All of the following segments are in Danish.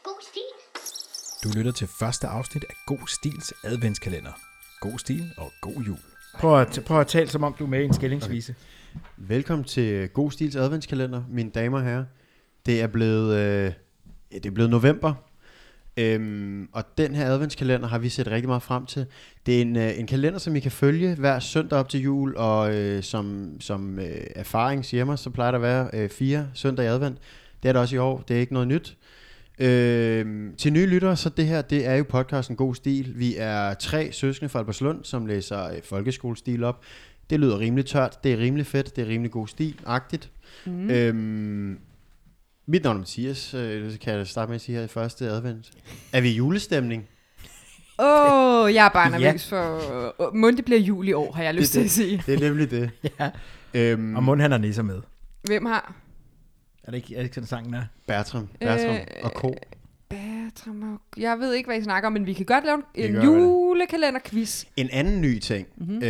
God stil. Du lytter til første afsnit af God Stils adventskalender. God stil og god jul. Prøv at tale, som om du er med i en skillingsvise. Okay. Velkommen til God Stils adventskalender, mine damer og herrer. Det er blevet november, og den her adventskalender har vi set rigtig meget frem til. Det er en kalender, som I kan følge hver søndag op til jul, og som erfaring siger mig, så plejer der at være 4 søndage i advent. Det er der også i år, det er ikke noget nyt. Til nye lyttere, så det er jo podcasten God Stil. Vi er 3 søskende fra Albertslund, som læser folkeskolestil op. Det lyder rimelig tørt, det er rimelig fedt, det er rimelig god stil-agtigt. Mit navn er Mathias, kan jeg starte med at sige her i første advent. Er vi i julestemning? Jeg er bare nervøs for... Mund, det bliver jul i år, har jeg lyst til at sige. Det er nemlig det. Ja. Og Mund, han er nisser med. Hvem har? Er det ikke sådan sangen er? Bertram og Ko. Bertram og... Jeg ved ikke, hvad I snakker om, men vi kan godt lave en julekalenderquiz. En anden ny ting,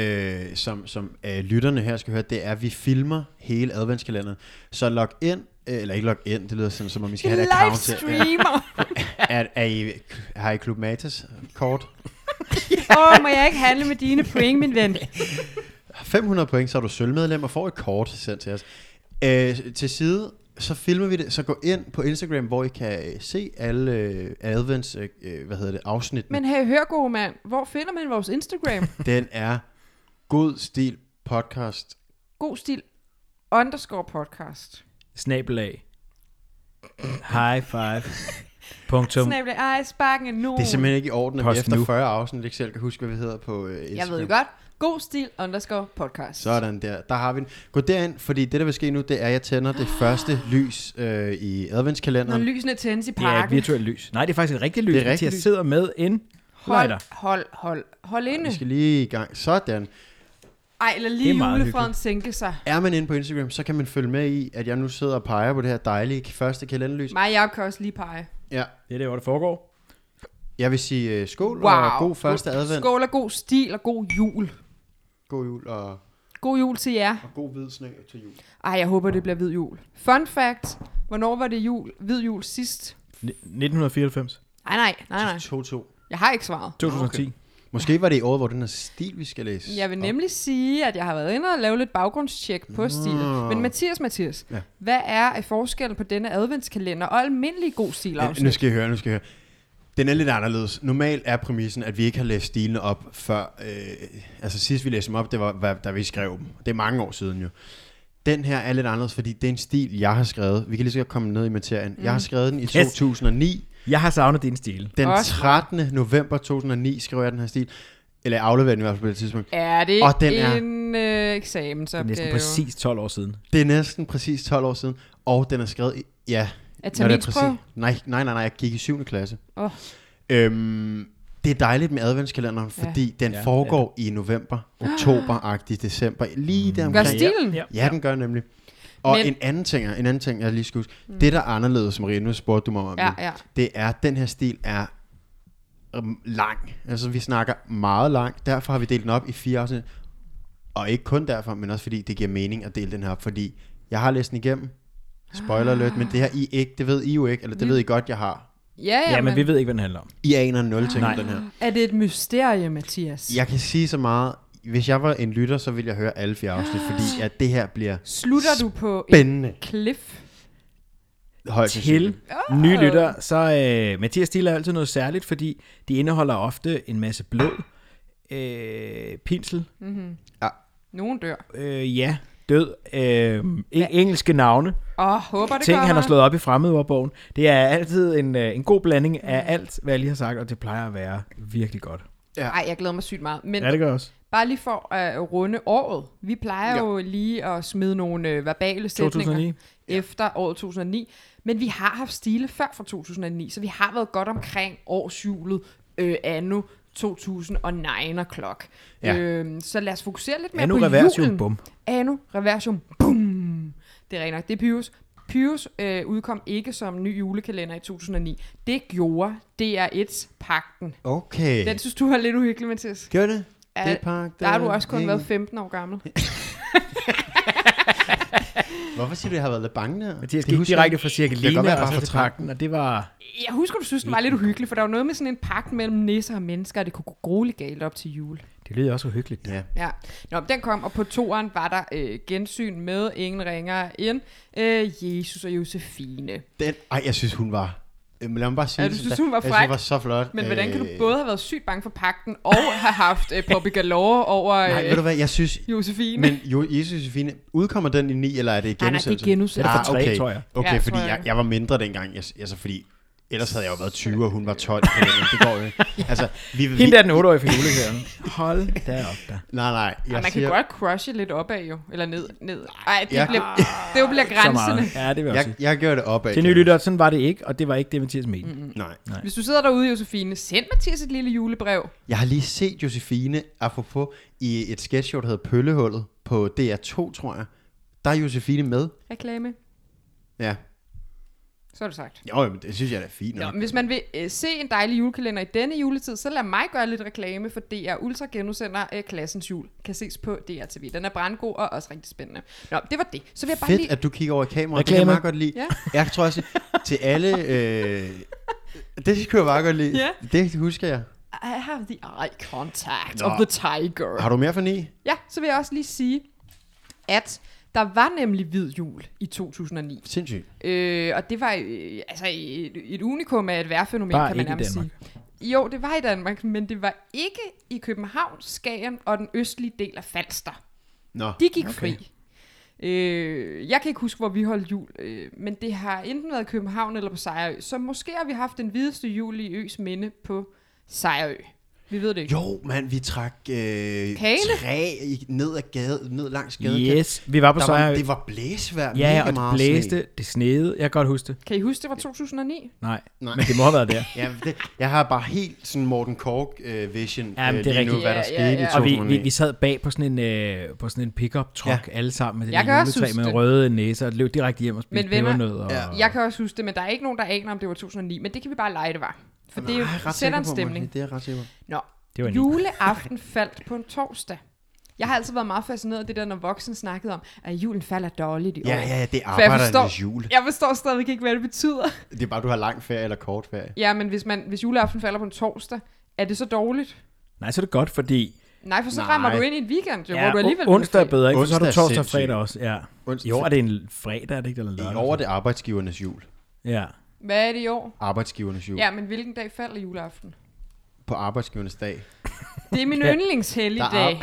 som lytterne her skal høre, det er, at vi filmer hele adventskalenderen. Så log ind, eller ikke log ind, det lyder sådan, som om I skal have et account til. Livestreamer! Har I Klub Matas kort? Må jeg ikke handle med dine point, min ven? 500 point, så er du sølvmedlem og får et kort sendt til os. Til side, så filmer vi det, så gå ind på Instagram, hvor I kan se alle advents, afsnit. Men hey, hør gode mand, hvor finder man vores Instagram? Den er God Stil Podcast. God Stil _podcast. Snabelag. High five. Punktum. Snabelag. Sparken nu. Det er simpelthen ikke i orden, at vi Post efter nu. 40 afsnit ikke selv kan huske, hvad vi hedder på Instagram. Jeg ved det godt. God Stil _podcast. Sådan der har vi den. Gå derind, fordi det der vil ske nu, det er, at jeg tænder det første lys i adventskalenderen. Når lysene tændes i Det er et parken. virtuelt lys. Nej, det er faktisk et rigtigt lys. Det er rigtigt Jeg lys. sidder med en lighter. Hold inde. Vi skal lige i gang. Sådan. Ej, lad Det lige er meget julefreden sænke sig. Er man inde på Instagram, så kan man følge med i, at jeg nu sidder og peger på det her dejlige første kalenderlys. Mig og Jacob kan også lige pege. Ja. Det er det, hvor det foregår. Jeg vil sige skål og god første advent. Skål og god stil og god jul. God jul og God jul til jer. god hvid sne til jul. Ej, jeg håber, det bliver hvid jul. Fun fact. Hvornår var det hvid jul sidst? 1994. Nej. 2-2. Jeg har ikke svaret. 2010. Okay. Måske var det i året, hvor den her stil, vi skal læse. Jeg vil nemlig sige, at jeg har været inde og lave lidt baggrundstjek på stilen. Men Mathias, Ja. hvad er forskellen på denne adventskalender og almindelig god stil? Nu skal jeg høre. Den er lidt anderledes. Normalt er præmissen, at vi ikke har læst stilene op før. Sidst vi læste dem op, det var da vi skrev dem. Det er mange år siden jo. Den her er lidt anderledes, fordi det er en stil, jeg har skrevet. Vi kan lige så godt komme ned i materien. Jeg har skrevet den i 2009. Jeg har savnet din stil. Den Også 13. november 2009 skrev jeg den her stil. Eller afleverede den i hvert fald på det tidspunkt. Er det Og den en eksamensopgave? Næsten præcis 12 år siden. Det er næsten præcis 12 år siden. Og den er skrevet i... Ja. Er terminsprøve? Nej, jeg gik i 7. klasse. Det er dejligt med adventskalenderen, fordi den foregår i november, oktober-agtig, december, lige der omkring. Gør stilen? Ja, den gør nemlig. Og Men- en anden ting, jeg lige skal huske, det der er anderledes, Marie, nu spurgte du mig om det er, at den her stil er lang. Altså, vi snakker meget lang. Derfor har vi delt den op i 4 afsnit. Og ikke kun derfor, men også fordi det giver mening at dele den her op, fordi jeg har læst den igennem. Spoiler alert, men det her I ikke, det ved I jo ikke, eller det ved I godt, jeg har. Ja, men vi ved ikke, hvad den handler om. I aner 0 ting om den her. Er det et mysterie, Mathias? Jeg kan sige så meget. Hvis jeg var en lytter, så ville jeg høre alle 4 afsnit, fordi at det her bliver Slutter du på spændende. en cliff? Højt Til nye lytter, så Mathias stil er altid noget særligt, fordi de indeholder ofte en masse blod, pinsel, Nogen dør. død, engelske navne, Håber det ting gør han har mig. slået op i fremmedordbogen. Det er altid en god blanding af alt, hvad jeg lige har sagt, og det plejer at være virkelig godt. Ej, jeg glæder mig sygt meget. Men Ja, det gør også. bare lige for at runde året. Vi plejer jo lige at smide nogle verbale sætninger 2009. efter året 2009. Men vi har haft stile før fra 2009, så vi har været godt omkring årshjulet anno 2009 o'clock. Ja. Så lad os fokusere lidt mere Anno på reversium, julen. bum. Anno reversium, bum. Det er rent nok. Det er Pyrus. Pyrus udkom ikke som ny julekalender i 2009. Det gjorde DR1-pagten. Okay. Den synes du var lidt uhyggelig, Mathias. Gør det? Der har du også kun været 15 år gammel. Hvorfor siger du, jeg har været lidt bange der? Mathias Det gik husker direkte jeg fra ikke. Det kan cirkeline godt være, og bare så fra til pagten, og det var... Jeg husker, du synes, den var lidt uhyggelig, for der var noget med sådan en pagt mellem nisser og mennesker, og det kunne gå grueligt galt op til jul. Det lyder også uhyggeligt. Ja. Ja. Nå, den kom, og på toeren var der gensyn med ingen ringere end Jesus og Josefine. Jeg synes, hun var... Lad mig bare sige Ja, du synes, hun var Jeg synes, fræk? hun var så flot. Men hvordan kan du både have været sygt bange for pagten og have haft Bobby Galore over Nej, ved du hvad, jeg synes... Josefine? Men Jesus Josefine, udkommer den i 9, eller er det Nej, genudsendelse? det er genudsendelse. Det er for 3, okay. tror jeg. Okay, Ja, fordi tror jeg. jeg var mindre dengang. Altså, fordi ellers havde jeg jo været 20, og hun var 12. Det går jo ikke. Altså, Hende der den 8-årige for juleglæden. Hold da op da. Nej. Man kan godt crushe lidt opad jo, eller ned. Ej, det Jeg- bliver Så grænsende. meget. Ja, det vil jeg også sige. Jeg gør det opad. Til nye lyttere, sådan var det ikke, og det var ikke det, Mathias mente. Nej. Hvis du sidder derude, Josefine, send Mathias et lille julebrev. Jeg har lige set Josefine, apropos, i et sketchshow, der hedder Pøllehullet på DR2, tror jeg. Der er Josefine med. Reklame. Ja. Så er det sagt. Jo, men det synes jeg er fint Nå, nok. men hvis man vil se en dejlig julekalender i denne juletid, så lad mig gøre lidt reklame, for DR Ultra genudsender Klassens Jul. Kan ses på DR TV. Den er brandgod og også rigtig spændende. Nå, det var det. Så vil jeg bare Fedt, lige... at du kigger over i kameraet. Det kan Reklame. jeg meget godt lide. Ja. Jeg tror også, til alle... det kan jeg meget godt lide. Ja. Det husker jeg. I have the eye contact Nå. of the tiger. Har du mere for 9? Ja, så vil jeg også lige sige, at der var nemlig hvid jul i 2009. Sindssygt. Og det var altså et unikum af et vejrfænomen, Bare kan man ikke i nærmest Danmark. sige. Jo, det var i Danmark, men det var ikke i København, Skagen og den østlige del af Falster. Nå. De gik fri. Jeg kan ikke huske, hvor vi holdt jul, men det har enten været i København eller på Sejerø. Så måske har vi haft den hvideste jul i øs minde på Sejerø. Vi ved det ikke. Jo, mand, vi trak Kane? træ ned langs gaden. Yes, vi var på Sejrø. Det var blæsvejr. Ja, mega og det meget blæste, sne. det sneede. Jeg kan godt huske det. Kan I huske, det var 2009? Nej, Nej. men det må have været der. Ja, jeg har bare helt sådan Morten Korch-vision Ja, men det er lige nu, rigtigt. hvad der Ja, skete ja, i ja. Og 2009. vi sad bag på sådan en pickup-truck alle sammen med den Jeg der kan også juletræ huske med det. røde næser og løb direkte hjem og spiste Men venner, pebernødder. Og... Ja. Jeg kan også huske det, men der er ikke nogen, der aner, om det var 2009. Men det kan vi bare lege, det var. For det er jo Jeg er ret sætter en sikker på, stemning. Martin. Det er jeg ret sikker på. Nå, Det var juleaften faldt på en torsdag. Jeg har altid været meget fascineret af det der, når voksne snakkede om, at julen falder dårligt i år. Ja, det er For jeg arbejdernes jul. Jeg forstår stadigvæk ikke, hvad det betyder. Det er bare, du har lang ferie eller kort ferie. Ja, men hvis juleaften falder på en torsdag, er det så dårligt? Nej, så er det godt, fordi Nej, for så Nej. rammer du ind i en weekend, jo, hvor ja, du alligevel onsdag er vil bedre, ikke? For så er du Onsdag er torsdag og sindssygt. fredag også. Ja. Onsdag- Jo, er det en fredag, er det ikke? Eller I lørdag? år er det arbejdsgivernes jul. Ja. Hvad er det i år? Arbejdsgivernes jul. Ja, men hvilken dag falder juleaften? På arbejdsgivernes dag. Det er min yndlingshelligdag.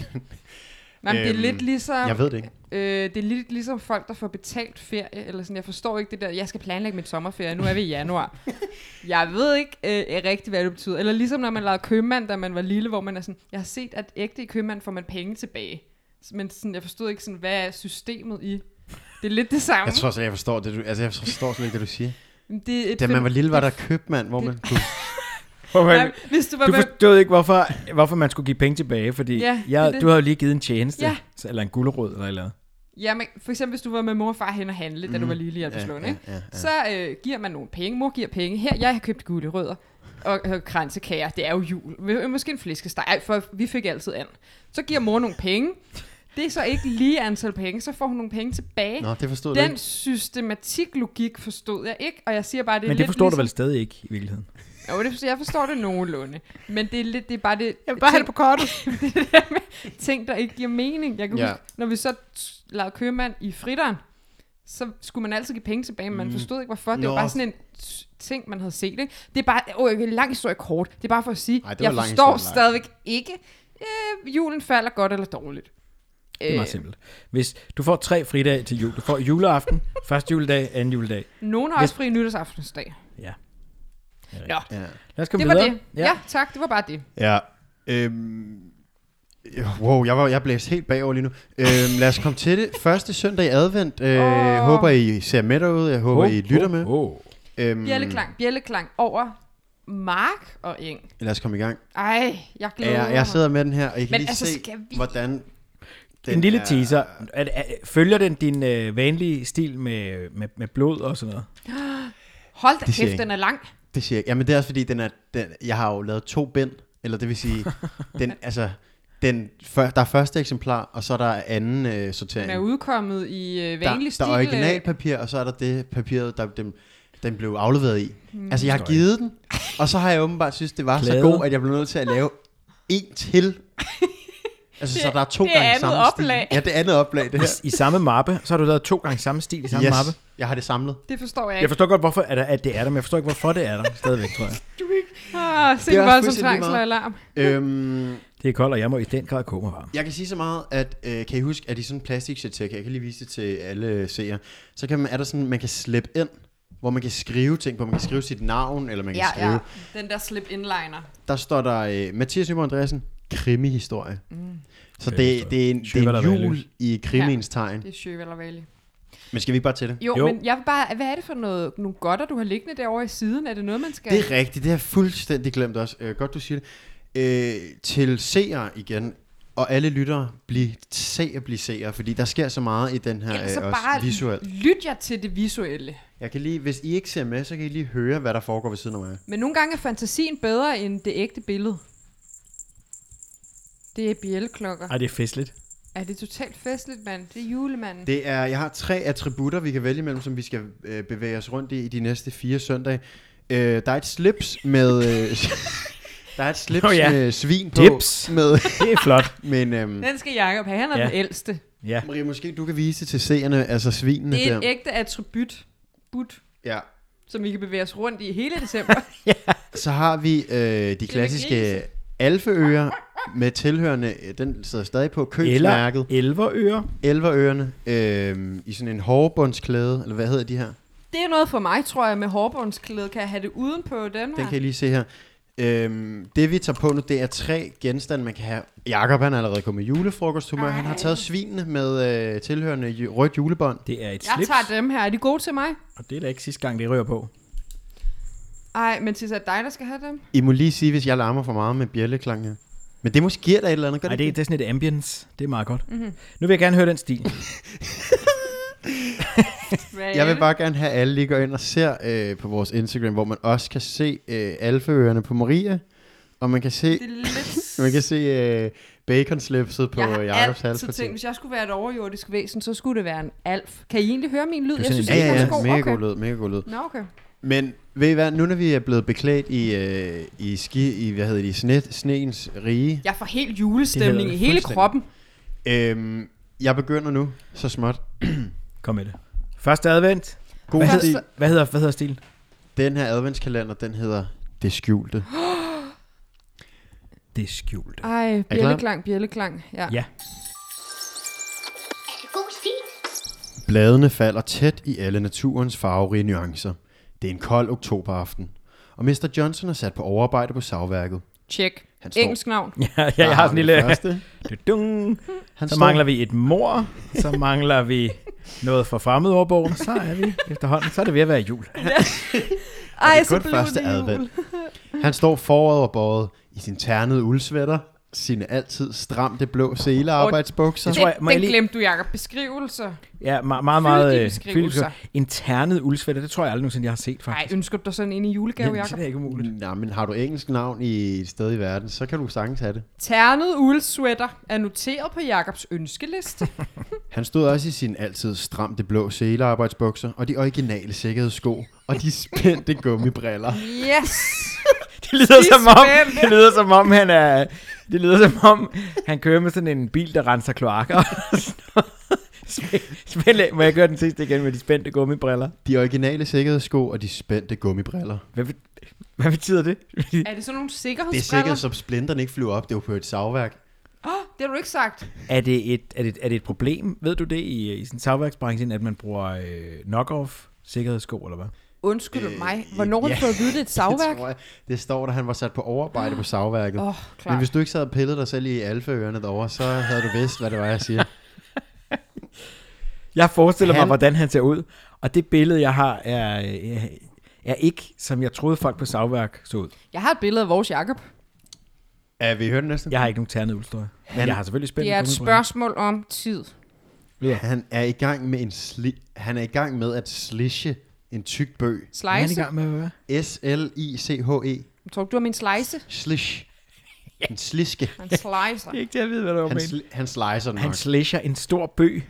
Men det er lidt ligesom... Jeg ved det ikke. Det er lidt ligesom folk, der får betalt ferie, eller sådan, jeg forstår ikke det der, jeg skal planlægge min sommerferie, nu er vi i januar. Jeg ved ikke rigtigt, hvad det betyder. Eller ligesom når man lavede købmand, da man var lille, hvor man er sådan, jeg har set, at ægte i købmand får man penge tilbage. Men sådan, jeg forstod ikke sådan, hvad er systemet i? Det er lidt det samme. Jeg tror slet, jeg forstår det. Jeg forstår slet ikke, det du siger. Det er et Da man var lille, var der købmand, hvor man kunne... Nej, hvis du var Du med... forstod ikke, hvorfor man skulle give penge tilbage, fordi Ja, det er det. du har jo lige givet en tjeneste, Ja. eller en gulerod eller et eller andet. Ja, men for eksempel hvis du var med mor og far hen og handle, da du var lille i Albertslund, ikke? Så giver man nogle penge. Mor giver penge. Her, jeg har købt gulerødder og kransekager. Det er jo jul. Måske en flæskesteg. Ej, for vi fik altid and. Så giver mor nogle penge. Det er så ikke lige antal penge. Så får hun nogle penge tilbage. Nå, det forstod du Den ikke. systematik-logik forstod jeg ikke. Og jeg siger bare, det er Men lidt det forstår du ligesom... vel stadig ikke i virkeligheden? Jo, jeg forstår det nogenlunde. Men det er, lidt, det er bare det... Jeg vil bare have det på kortet. det er det der med ting, der ikke giver mening. Jeg kan Ja. huske, når vi så lavede købmand i fritteren, så skulle man altid give penge tilbage, men man forstod ikke, hvorfor. Det Nå. var bare sådan en ting, man havde set. Ikke? Det er bare... en lang historie kort. Det er bare for at sige, Ej, det var jeg lang forstår historie, stadigvæk ikke, julen falder godt eller dårligt. Det er meget simpelt. Hvis du får 3 fridage til jul, du får juleaften, første juledag, anden juledag. Nogen har også fri nytårsaftensdag. Ja. Nå, Ja. Lad os komme det var videre. det. Ja, tak. Det var bare det. Ja. Wow, jeg blæst helt bagover lige nu. Lad os komme til det. Første søndag i advent. Håber I ser med derude. Jeg håber I lytter med. Bjælleklang over mark og eng. Lad os komme i gang. Ej, jeg glæder mig. Jeg sidder med den her, og I kan Men lige altså, se, skal vi- hvordan... En lille teaser. Følger den din vanlige stil med blod og sådan noget? Hold da Det siger kæft, jeg den er lang. Det siger jeg. Jamen det er også fordi, jeg har jo lavet 2 bind. Eller det vil sige, der er første eksemplar, og så er der anden sortering. Den er udkommet i vanlig stil. Der er originalpapir, og så er der det papiret, der den blev afleveret i. Altså, jeg har givet den, og så har jeg åbenbart synes, det var så god, at jeg blev nødt til at lave en til. Altså, så der er 2 gange samme oplag. stil. Ja, det andet oplag, det her. I samme mappe, så har du lavet 2 gange samme stil i samme mappe. Jeg har det samlet. Det forstår jeg ikke. Jeg forstår godt, hvorfor at det er der, men jeg forstår ikke, hvorfor det er der stadigvæk, tror jeg. Se en voldsom tvangsalarm. Det er koldt, og jeg må i den grad koge mig varm. Jeg kan sige så meget, at kan I huske, at i sådan en plastikchetek, jeg kan lige vise det til alle seere, så er der sådan, man kan slippe ind, hvor man kan skrive ting på. Man kan skrive sit navn, eller man kan skrive... Den der slip-inliner. Der står der Mathias Nyborg Andreasen, krimi-historie. Så det er en jul i krimiens tegn. Det er Sjøvaldervali. Men skal vi ikke bare til det? Jo, men jeg vil bare... Hvad er det for nogle godter, du har liggende derovre i siden? Er det noget, man skal... Det er rigtigt. Det har jeg fuldstændig glemt også. Godt, du siger det. Til seere igen, og alle lyttere, blive seere, fordi der sker så meget i den her så også bare visuelt. Lyt jer til det visuelle. Jeg kan lige, hvis I ikke ser med, så kan I lige høre, hvad der foregår ved siden af mig. Men nogle gange er fantasien bedre end det ægte billede. Det er bjælleklokker. Ej, det er festligt. Er det totalt festligt, mand? Det er julemanden. Jeg har 3 attributter, vi kan vælge mellem, som vi skal bevæge os rundt i de næste 4 søndage. Der er et slips med... der er et slips med svin på. Dips. Med, det er flot. Men, den skal Jacob have. Han er den ældste. Ja. Marie, måske du kan vise til seerne, altså svinene der. Det er et ægte attribut. Ja. Som vi kan bevæge os rundt i hele december. Så har vi de klassiske alfeører med tilhørende, den sidder stadig på købsmærket. Elverører. Elverørerne i sådan en hårbundsklæde, eller hvad hedder de her? Det er noget for mig, tror jeg, med hårbundsklæde. Kan jeg have det uden på den her? Den kan I lige se her. Det vi tager på nu, det er 3 genstande, man kan have. Jakob, han er allerede kommet med julefrokosthumør. Han har taget svinene med tilhørende rødt julebånd. Det er et slips. Jeg tager dem her. Er de gode til mig? Og det er da ikke sidste gang, det rører på. Ej, men Tissa, er det dig, der skal have dem? I må lige sige, hvis jeg larmer for meget med bjælleklang her. Men det måske er der et eller andet. Nej, det er sådan et ambience. Det er meget godt. Mm-hmm. Nu vil jeg gerne høre den stil. Jeg vil bare gerne have alle lige går ind og ser på vores Instagram, hvor man også kan se alfeørerne på Maria, og man kan se baconslipset på Jacobs halsparti. Hvis jeg skulle være et overjordisk væsen, så skulle det være en alf. Kan I egentlig høre min lyd? Jeg synes, det er god. Mega god lyd. Nå, okay. Men ved I hvad, nu når vi er blevet beklædt i sneens rige. Jeg får helt julestemning i hele kroppen. Jeg begynder nu, så småt. Kom med det. Første advent. Hvad hedder stilen? Den her adventskalender, den hedder Det Skjulte. Det Skjulte. Ej, bjælleklang. Ja. Er det god stil? Bladene falder tæt i alle naturens farverige nuancer. Det er en kold oktoberaften, og Mr. Johnson er sat på overarbejde på savværket. Check. Engelsk navn. Ja, jeg har sådan en lille... Så mangler vi et mor, så mangler vi noget fra fremmedordbogen, så er vi efterhånden, så er det ved at være jul. Ej, så blev det advent. Han står foroverbøjet i sin ternede uldsvætter, sine altid stramte blå selearbejdsbukser. Den glemte du, Jacob. Beskrivelser. Ja, meget beskrivelser. En ternet uldsvætter, det tror jeg aldrig nogensinde, jeg har set faktisk. Nej, ønsker du dig sådan en i julegave, Jacob? Det er ikke umuligt. Nej, men har du engelsk navn i et sted i verden, så kan du sagtens have det. Ternet uldsvætter er noteret på Jacobs ønskeliste. Han stod også i sine altid stramte blå selearbejdsbukser, og de originale sikkerhedssko, og de spændte gummibriller. Yes! Det lyder som om han kører med sådan en bil, der renser kloakker. Må jeg gøre den sidste igen med de spændte gummibriller? De originale sikkerhedssko og de spændte gummibriller. Hvad betyder det? Er det sådan nogle sikkerhedsbriller? Det er sikkert, som splinterne ikke flyver op. Det er jo på et savværk. Det har du ikke sagt. Er det et problem, ved du det, i sådan en savværksbranchen, at man bruger knock-off sikkerhedssko, eller hvad? Undskyld mig. Hvornår har du fået at vide, det er et savværk? Det står der, han var sat på overarbejde på savværket. Men hvis du ikke sad og pillede dig selv i alfeørerne derovre, så havde du vidst, hvad det var, jeg siger. Jeg forestiller mig, hvordan han ser ud. Og det billede, jeg har, er ikke, som jeg troede folk på savværk så ud. Jeg har et billede af vores Jacob. Vi hørt det næsten? Jeg har ikke nogen ternet uldstrøg. Men jeg har selvfølgelig spændt. Det er et spørgsmål om tid. Ja. Han er i gang med at slishe en tyk bøg. Slice? Han er i gang med hvad? S-L-I-C-H-E. Tror du har min slice? Slish. En sliske. Han slicer. Det er ikke til at vide, hvad det var med. Han slicer den Han nok. slasher en stor bøg.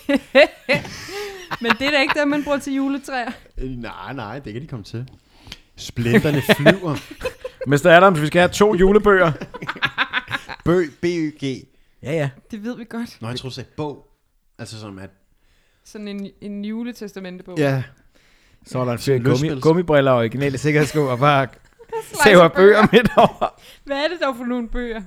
Men det er da ikke det, man bruger til juletræer. Nej, det kan de komme til. Splinterne flyver. Mr. Adams, vi skal have 2 julebøger. B-Y-G. Ja. Det ved vi godt. Nå, jeg tror du sagde bog. Altså som at... Sådan en juletestamentebog. Ja. Så er der en fyr i Løsspils. gummibriller og originale sikkerhedssko og bare saver bøger midt over. Hvad er det dog for nogle bøger?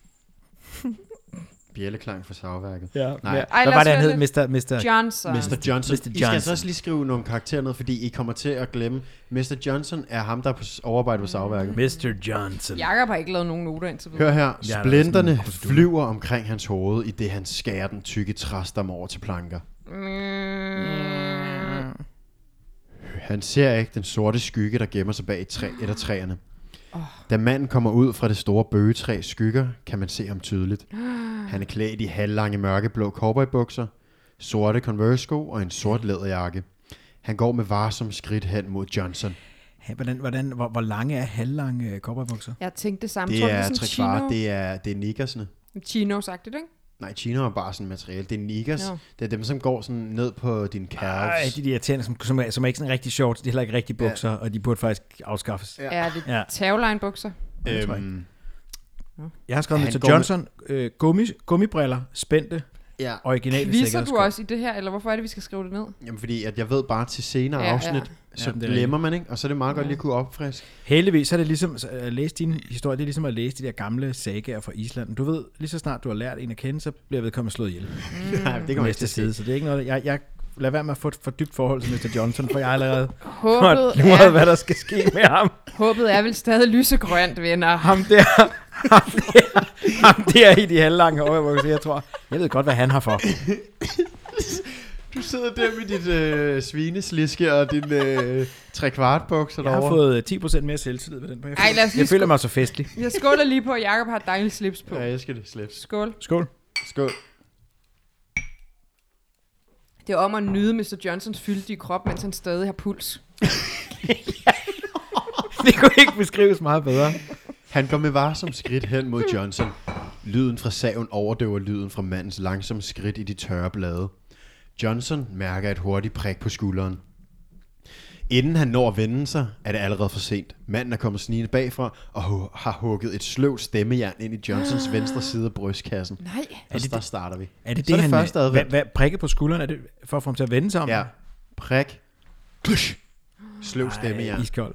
Bjælleklang for savværket. Ja. Nej. Hvad var det, han hed? Mr. Johnson. Mr. Johnson. I skal altså Johnson. også lige skrive nogle karakterer ned, fordi I kommer til at glemme. Mr. Johnson er ham, der er på overarbejde på savværket. Mr. Johnson. Jakob har ikke lavet nogen noter indtil videre. Hør her. Ja, der er Splinterne sådan en procedure. flyver omkring hans hoved, i det han skærer den tykke træstam over til planker. Han ser ikke den sorte skygge, der gemmer sig bag et af træerne. Da manden kommer ud fra det store bøgetræs skygger, kan man se ham tydeligt. Han er klædt i halvlange mørkeblå cowboybukser, sorte Converse-sko og en sort læderjakke. Han går med varsom skridt hen mod Johnson. Hvor lange er halvlange cowboybukser? Jeg tænkte det samme. Det Tror, er sådan 3 kvart, det er Nikersne. Chino-sagtigt, ikke? Nej, chino er bare sådan materiale. Det er Nikers. Ja. Det er dem, som går sådan ned på din calves. Ej, de irriterende, som er ikke sådan rigtig shorts. De er heller ikke rigtig bukser, og de burde faktisk afskaffes. Ja. Er det tagline-bukser? Det tror jeg Jeg har skrevet Han Mr. går Johnson, gummibriller, spændte, Ja. originale Quizzer sikkerhedssko. du også i det her, eller hvorfor er det, vi skal skrive det ned? Jamen, fordi at jeg ved bare til senere afsnit, så Jamen, det er glemmer man, ikke? Og så er det meget godt lige at kunne opfriske. Heldigvis så er det ligesom at læse din historie, det er ligesom at læse de der gamle sagaer fra Island. Du ved, lige så snart du har lært en at kende, så bliver vedkommende slået ihjel. Nej, det kommer ikke til at side, se. så det er ikke noget, jeg lader være med at få et for dybt forhold til Mr. Johnson, for jeg har allerede Håbet luret, hvad der skal ske med ham. Håbet er vel stadig lysegrønt, venner. Ham der i de halvlange overvågelser, jeg ved godt, hvad han har for. Du sidder der med dit svinesliske og din 3 kvart bukser Jeg har derovre. fået 10% mere selvtillid ved den. Ej, lad os lige Jeg føler mig så festlig. Jeg skåler lige på, at Jacob har et dejligt slips på. Ja, jeg skal det slips. Skål. Skål. Skål. Det er om at nyde Mr. Johnsons fyldige krop, mens han stadig har puls. Det kunne ikke beskrives meget bedre. Han går med varsom skridt hen mod Johnson. Lyden fra saven overdøver lyden fra mandens langsomme skridt i de tørre blade. Johnson mærker et hurtigt prik på skulderen. Inden han når at vende sig, er det allerede for sent. Manden er kommet snigende bagfra og har hugget et sløvt stemmejern ind i Johnsons venstre side af brystkassen. Nej. Og der starter vi. Er det Så er det han, første advent. hvad prikket på skulderen, er det for at få ham til at vende sig om? Ja. Prik. Klush. Sløvt stemmejern. Iskold.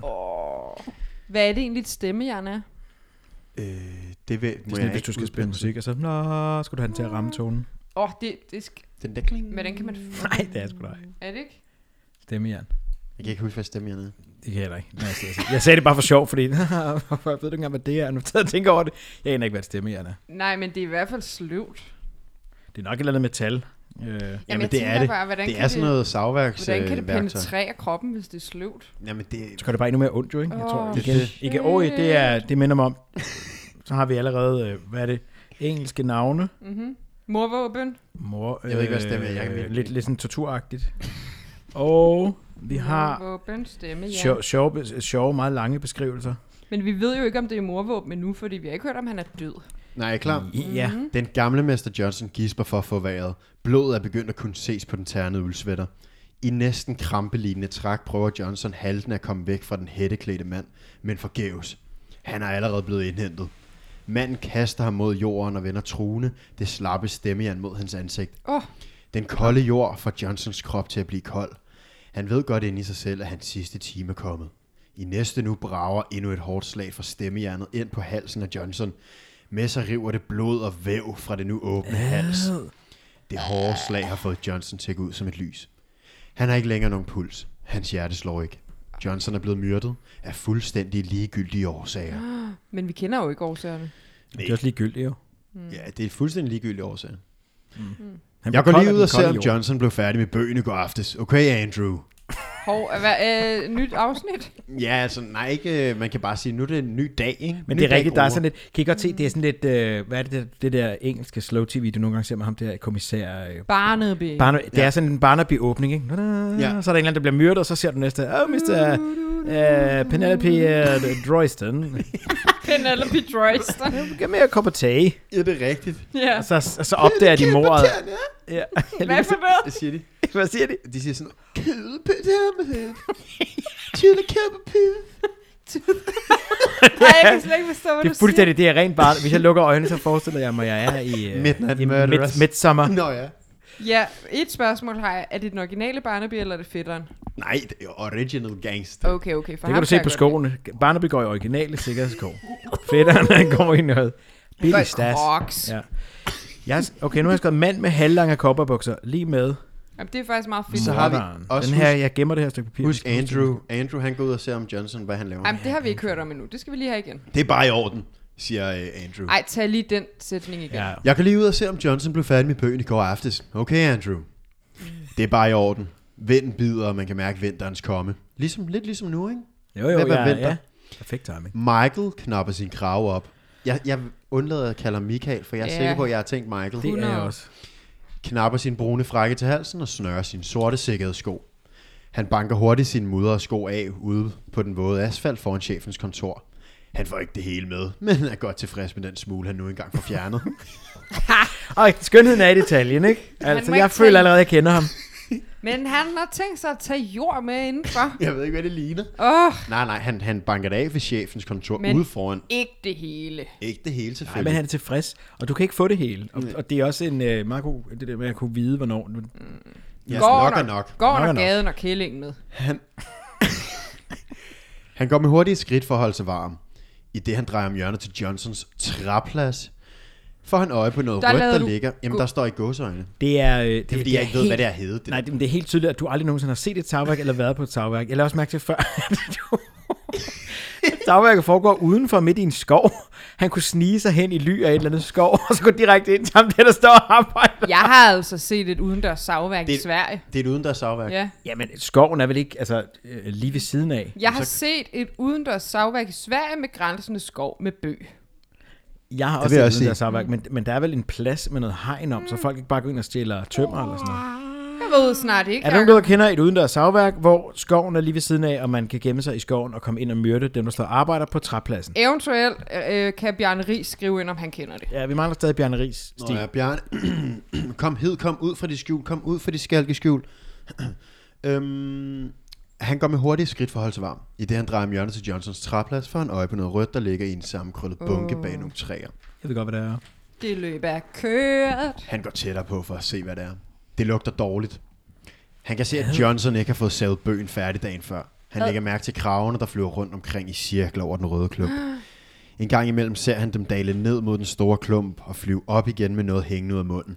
Hvad er det egentlig, et stemmejern er? Det ved, Det er sådan, hvis du skal spille musik, og så skal du have den til at ramme tonen. Det Den der kling. hvordan kan man... Nej, det er sgu da ikke. Er det ikke? Stemmejern. Jeg kan ikke huske, hvad stemmejern er. Det kan jeg heller ikke. Jeg sagde det bare for sjov, fordi hvorfor ved du ikke engang, hvad det er? Nu tager jeg tænker over det. Jeg aner ikke, hvad et stemmejern er. Nej, men det er i hvert fald sløvt. Det er nok et eller andet metal. Jamen, jeg det tænker er det. bare, hvordan Det kan er sådan noget savværks Hvordan kan det værktøj. penetrere kroppen, hvis det er sløvt? Jamen, det... Så gør det bare endnu mere ondt, jo, ikke? Jeg tror, Åh, igen, det minder mig om. Så har vi allerede, hvad er det? Engelske navne. Mm-hmm. Morvåben. Jeg ved ikke, hvad stemmejern er. Jeg kan lidt sådan torturagtigt. Og vi har Morvåben, stemmejern. sjove, meget lange beskrivelser. Men vi ved jo ikke, om det er morvåben endnu, fordi vi har ikke hørt, om han er død. Nej, er I klar? Ja. Den gamle Mr. Johnson gisper for at få vejret. Blodet er begyndt at kunne ses på den ternede uldsvætter. I næsten krampelignende træk prøver Johnson halten at komme væk fra den hætteklædte mand, men forgæves. Han er allerede blevet indhentet. Manden kaster ham mod jorden og vender truende det slappe stemmejern mod hans ansigt. Den kolde jord får Johnsons krop til at blive kold. Han ved godt inde i sig selv, at hans sidste time er kommet. I næste nu brager endnu et hårdt slag fra stemmejernet ind på halsen af Johnson. Med sig river det blod og væv fra det nu åbne hals. Det hårde slag har fået Johnson til at gå ud som et lys. Han har ikke længere nogen puls. Hans hjerte slår ikke. Johnson er blevet myrdet af fuldstændig ligegyldige årsager. Men vi kender jo ikke årsagerne. Det er også ligegyldigt, jo. Ja, det er fuldstændig ligegyldige årsager. Han Jeg blev går kold lige af ud den og ser, kolde om jord. Johnson blev færdig med bøgen i går aftes. Okay, Andrew? Nyt afsnit? Ja, altså nej, ikke, man kan bare sige, nu er det en ny dag, ikke? Men det er rigtigt, der er sådan lidt, kan I godt se, det er sådan lidt, hvad er det der engelske slow tv, du nogle gange ser med ham, det her kommissær... Barnaby. Det er sådan en Barnaby-åbning, ikke? Ja. Så er der en eller anden, der bliver myrdet, og så ser du næste, Mr. Penelope Droyston. Penelope Droyston. Giv mere kop af te. Ja, det er rigtigt. Ja. Og så opdager de mordet. Ja. Hvad for noget? Det siger de. Hvad siger de? De siger sådan, kødpød. Tydelig kødpød. Nej, jeg kan slet ikke forstå, hvad det er fuldstændig, det er rent bare, hvis jeg lukker øjnene, så forestiller jeg mig, at jeg er i Midsommar. Ja, et spørgsmål har jeg. Er det den originale Barnaby, eller er det fætteren? Nej, det er original gangster. Okay. Det kan du se på skoene. Barnaby går i originale sikkerhedssko. Fætteren går i noget billig stas. Ja. Okay, nu har jeg skrevet mand med halvlange kopperbukser. Lige med. Jamen, det er faktisk meget fedt. Så har vi også den her, jeg gemmer det her stykke papir. Husk Andrew, han går ud og ser om Johnson, hvad han laver. Jamen, det har vi ikke hørt om endnu. Det skal vi lige have igen. Det er bare i orden, siger Andrew. Ej, tag lige den sætning igen. Ja. Jeg kan lige ud og se om Johnson blev færdig med bøgen i går aftes. Okay, Andrew. Det er bare i orden. Vinden bider, og man kan mærke vinterens komme. Lidt ligesom nu, ikke? Jo, ja. Perfekt timing. Michael knapper sin krave op. Jeg undlader at kalde ham Michael, for jeg er sikker på, at jeg har tænkt Michael. Det er jeg også. Knapper sin brune frakke til halsen og snører sin sorte sikkerhedssko. Han banker hurtigt sin mudrede sko af ude på den våde asfalt foran chefens kontor. Han får ikke det hele med, men er godt tilfreds med den smule, han nu engang får fjernet. Og skønheden er i detaljen, ikke? Altså, jeg føler allerede, at jeg kender ham. Men han har tænkt sig at tage jord med indenfor. Jeg ved ikke, hvad det ligner. Nej, han banker det af ved chefens kontor ude foran. Ikke det hele. Ikke det hele, selvfølgelig. Nej, men han er tilfreds, og du kan ikke få det hele. Og det er også en meget god, det der med at kunne vide, hvornår... Ja, nok. Går der gaden og kællingen med? Han går med hurtige skridt for at holde sig varm. I det han drejer om hjørnet til Johnsons træplads, får han øje på noget rødt, der ligger. Jamen, der står i gåseøjne. Det er fordi jeg ikke ved, hvad det er heddet. Nej, men det er helt tydeligt, at du aldrig nogensinde har set et tagværk eller været på et tagværk. Jeg lader også mærke til før, tagværket foregår udenfor midt i en skov. Han kunne snige sig hen i ly af et eller andet skov, og så gå direkte ind til ham, der står og arbejder. Jeg har altså set et udendørs savværk i Sverige. Det er et udendørs savværk? Ja. Jamen, skoven er vel ikke lige ved siden af? Jeg har set et udendørs savværk i Sverige med grænsende skov med bøg. Jeg har også set udendørs savværk, men der er vel en plads med noget hegn om, så folk ikke bare går ind og stjæler tømmer eller sådan noget. Jeg ved snart ikke. Er der nogen, der kender et udendørs savværk, hvor skoven er lige ved siden af, og man kan gemme sig i skoven og komme ind og myrde dem, der står og arbejder på træpladsen? Eventuelt kan Bjarne Riis skrive ind, om han kender det. Ja, vi mangler stadig Bjarne Riis. Nå ja, Bjarne. Kom ud fra de skjul, kom ud fra de skalkeskjul. Han går med hurtige skridt for at holde sig varm. I det han drejer om hjørnet til Johnsons træplads, får han øje på noget rødt, der ligger i en sammenkrøllet bunke bag nogle træer. Jeg ved godt, hvad det er. Det løb er kørt. Han går tættere på for at se, hvad det er. Det lugter dårligt. Han kan se, at Johnson ikke har fået savet bøgen færdig dagen før. Han lægger mærke til kragerne, der flyver rundt omkring i cirkler over den røde klump. En gang imellem ser han dem dale ned mod den store klump og flyve op igen med noget hængende ud af munden.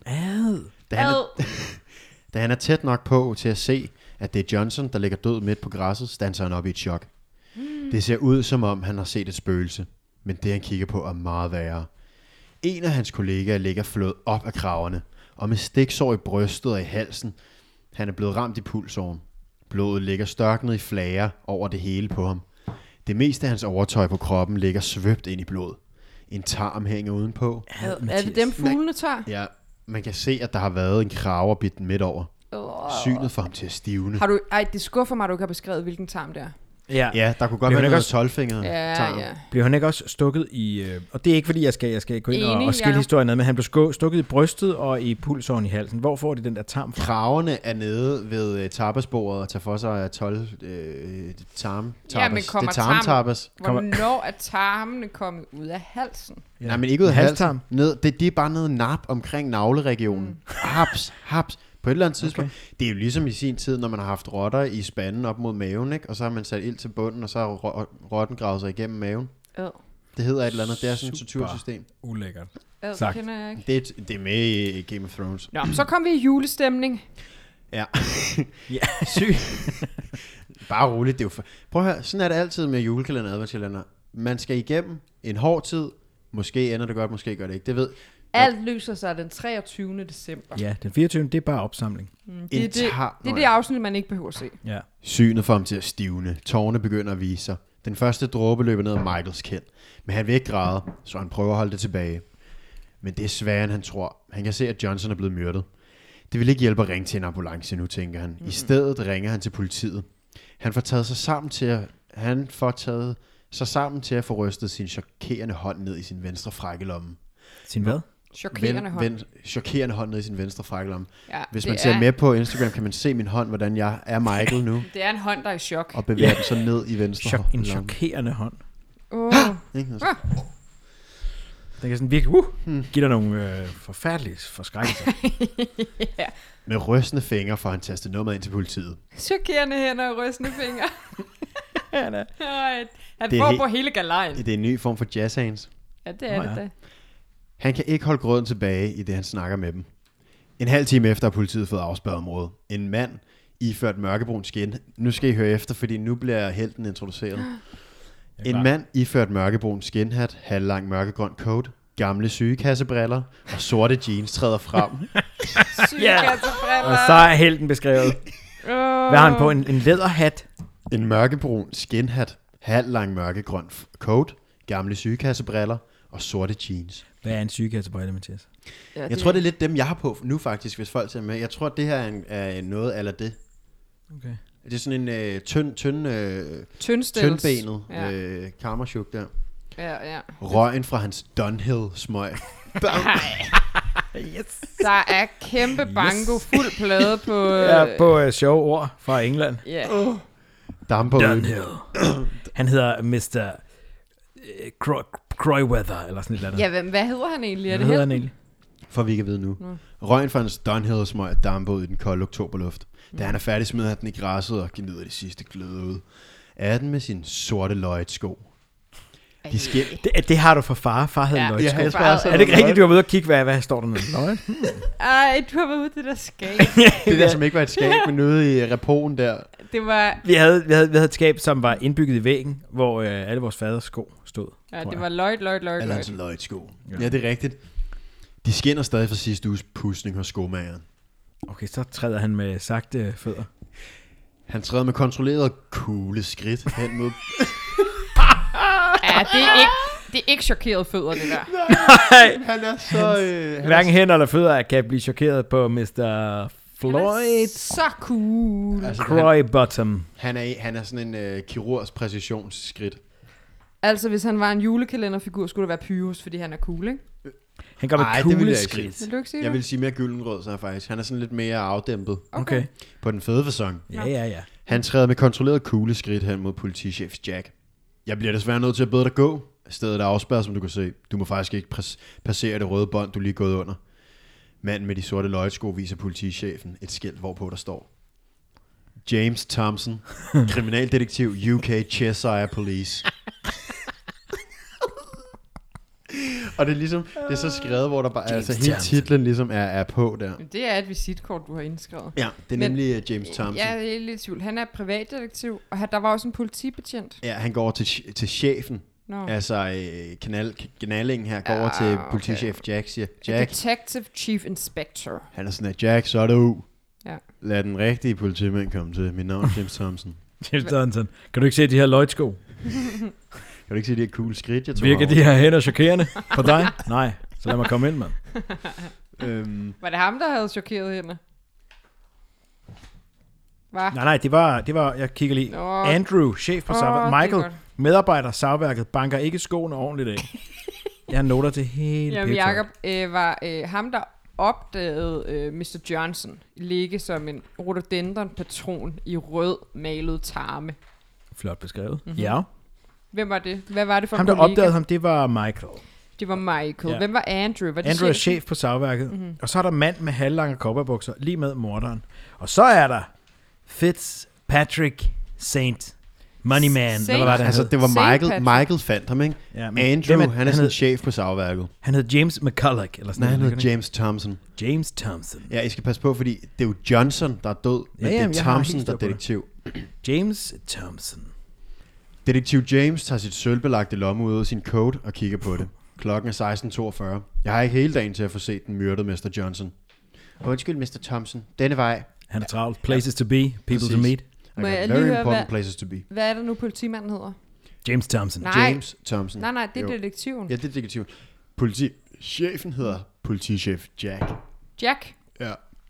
Da han er tæt nok på til at se, at det er Johnson, der ligger død midt på græsset, standser han op i et chok. Det ser ud, som om han har set et spøgelse, men det han kigger på er meget værre. En af hans kollegaer ligger flået op af kragerne, og med stiksår i brystet og i halsen. Han er blevet ramt i pulsåren. Blodet ligger størknet i flager over det hele på ham. Det meste af hans overtøj på kroppen ligger svøbt ind i blod. En tarm hænger udenpå. Er det dem fuglene tager? Ja, man kan se, at der har været en krave og bidt den midt over. Synet får ham til at stivne. Det skuffer mig, at du ikke har beskrevet, hvilken tarm det er. Ja, der kunne godt være noget 12-fingret tarm. Ja. Bliver han ikke også stukket i... og det er ikke, fordi jeg skal gå ind og skille historien ned, men han blev stukket i brystet og i pulsåren i halsen. Hvor får de den der tarm fra? Kravene er nede ved tapasbordet og tager for sig af 12 tarmtabas. Ja, men kommer tarmtabas. Hvornår er tarmene kommet ud af halsen? Ja. Nej, men ikke ud af halsen. De er bare nede nap omkring navleregionen. Haps. På et eller andet tidspunkt. Okay. Det er jo ligesom i sin tid, når man har haft rotter i spanden op mod maven, ikke? Og så har man sat ild til bunden, og så har rotten gravet sig igennem maven. Det hedder et eller andet. Det er sådan et tortursystem. Ulækkert. Det kender jeg ikke. Det er med i Game of Thrones. Nå, så kom vi i julestemning. Ja. Bare roligt. Det er jo prøv at høre, sådan er det altid med julekalender og adventskalender. Man skal igennem en hård tid. Måske ender det godt, måske gør det ikke. Det ved Alt løser sig den 23. december. Ja, den 24. det er bare opsamling. Det er det afsnit, man ikke behøver at se. Ja. Synet får ham til at stivne. Tårerne begynder at vise sig. Den første dråbe løber ned ad Michaels kind. Men han vil ikke græde, så han prøver at holde det tilbage. Men det er sværere, end han tror. Han kan se, at Johnson er blevet myrdet. Det vil ikke hjælpe at ringe til en ambulance nu, tænker han. I stedet ringer han til politiet. Han får taget sig sammen til at få rystet sin chokerende hånd ned i sin venstre frakkelomme. Sin hvad? Chokerende hånd. Ned i sin venstre frakkelomme. Ja, Hvis man ser med på Instagram, kan man se min hånd, hvordan jeg er Michael nu. Det er en hånd, der er i chok. Og bevæger den så ned i venstre En lomme. chokerende hånd. Den kan sådan virkelig give dig nogle forfærdelige forskrækkelser. Ja. Med rystende fingre får han tastet nummeret ind til politiet. Chokerende hænder og rystende fingre. Han Det er får helt- på hele galejen. Det er en ny form for jazz hands. Ja, det er det da. Han kan ikke holde gråden tilbage, i det han snakker med dem. En halv time efter har politiet fået afspærret området. En mand iført mørkebrun skin. Nu skal I høre efter, fordi nu bliver helten introduceret. En mand iført mørkebrun skinhat, halvlang mørkegrøn coat, gamle sygekassebriller og sorte jeans træder frem. Sygekassebriller. Og så er helten beskrevet. Hvad har han på? En læderhat? En mørkebrun skinhat, halvlang mørkegrøn coat, gamle sygekassebriller og sorte jeans. Hvad er en sygekassebrille, Mathias? Ja, Jeg tror, det er lidt dem, jeg har på nu faktisk, hvis folk ser med. Jeg tror, det her er noget eller det. Okay. Det er sådan en tyndbenet karmerchuk der. Ja. Røgen fra hans Dunhill smøg. Yes. Der er kæmpe bango, fuld plade på... På sjove ord fra England. Ja. Damper ud. Dunhill. Han hedder Mr. Croyweather, eller sådan et eller andet. Ja, hvad hedder han egentlig? Er Hvad det hedder han helten? egentlig? For vi kan vide nu. Røgen fra hans Dunhill smøg damper ud i den kolde oktoberluft. Da han er færdig, smider han den i græsset og gnider det sidste gløde ud. Er den med sin sorte løjetsko. De Det har du fra far. Far havde en løgtsko. jeg tror også, Er det ikke rigtigt, du var ude og kigge, hvad står der nede? Løgn? Ej, du har været ude det der skab. det der, som ikke var et skab, men ude i repoen der. Det var... Vi havde et skab, som var indbygget i væggen, hvor alle vores faders sko stod. Ja, det var løjt. Eller hans løjetsko. Ja, det er rigtigt. De skinner stadig fra sidste uges pudsning hos skomageren. Okay, så træder han med sagte fødder. Han træder med kontrolleret kugle skridt hen mod... Ja, det er ikke chokeret fødder, det der. Nej, Han er så... hverken hænder eller fødder kan blive chokeret på Mr. Floyd Så cool. Altså, Croybottom. han er sådan en kirurgs præcisionsskridt. Altså, hvis han var en julekalenderfigur, skulle det være Pyrus, fordi han er cool, ikke? Han går med Ej, det vil jeg ikke kugleskridt. Vil du ikke sige Jeg det? vil sige mere gyldenrød, så faktisk. Han er sådan lidt mere afdæmpet Okay. på den fede facon. Ja. Han træder med kontrolleret kugleskridt hen mod politichef Jack. Jeg bliver desværre nødt til at bede dig gå. Stedet er afspærret, som du kan se. Du må faktisk ikke passere det røde bånd, du lige er gået under. Manden med de sorte løjetsko viser politichefen et skilt, hvorpå der står: James Thompson, kriminaldetektiv UK Cheshire Police. Og det er ligesom, det er så skrevet, hvor der bare, altså hele titlen ligesom er på der. Det er et visitkort, du har indskrevet. Ja, det er nemlig James Thompson. Ja, det er lidt i tvivl. Han er privatdetektiv, og der var også en politibetjent. Ja, han går over til chefen. Nå. Altså, Gnallingen her går over til politichef Jack, siger, Jack, Detective Chief Inspector. han er sådan, at Jack, så er det u. Ja. Lad den rigtige politimand komme til. Mit navn er James Thompson. James Thompson. Kan du ikke se de her løjtsko? Kan du ikke se de her cool skridt, jeg tog Virker over? de her hænder chokerende på dig? Nej, så lad mig komme ind, mand. Var det ham, der havde chokeret hende? Hvad? Nej, det var jeg kigger lige. Nå. Andrew, chef på savværket. det er Michael, godt. medarbejder savværket, banker ikke skoene ordentligt af. Jeg har noter til hele Jamen, picture. Jacob var ham, der opdagede Mr. Johnson ligge som en rhododendron-patron i rød malet tarme. Flot beskrevet. Mm-hmm. Ja. Hvem var det? Hvad var det for Ham, en der kollega? opdagede ham, det var Michael. Det var Michael. Ja. Hvem var Andrew? Var det Andrew er chefen? chef på savværket. Mm-hmm. Og så er der mand med halvlange cowboybukser, lige med morderen. Og så er der Fitzpatrick Saint Moneyman. Saint- Eller hvad det Altså, hed. det var Saint Michael. Patrick. Michael fandt ham, ikke? Ja, men Andrew, hvem han er sådan chef på savværket. Han hed James McCulloch. Eller sådan Nej, han noget, hedder ikke? James Thompson. James Thompson. Ja, I skal passe på, fordi det er jo Johnson, der er død, men Ja, jamen, det jeg er har Thompson, helt der er styr på det. detektiv. James Thompson. Detektiv James tager sit sølvbelagte lomme ud af sin coat og kigger på det. Klokken er 16:42. Jeg har ikke hele dagen til at få set den myrdede Mr. Johnson. Undskyld, Mr. Thompson. Denne vej. Han er travlt. Places to be, people to meet. Må jeg Very lige høre, important places to be. hvad er det nu, politimanden hedder? James Thompson. Nej. James Thompson. Nej, det er Jo. detektiven. Ja, det er detektiven. Politichefen hedder politichef Jack. Jack? Ja.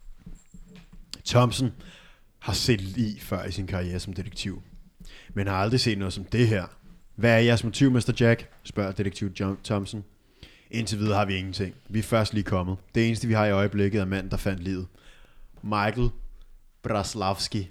Thompson har set lig før i sin karriere som detektiv, men har aldrig set noget som det her. Hvad er jeres motiv, Mr. Jack? Spørger detektiv John Thompson. Indtil videre har vi ingenting. Vi er først lige kommet. Det eneste, vi har i øjeblikket, er manden, der fandt livet. Michael Braslavski.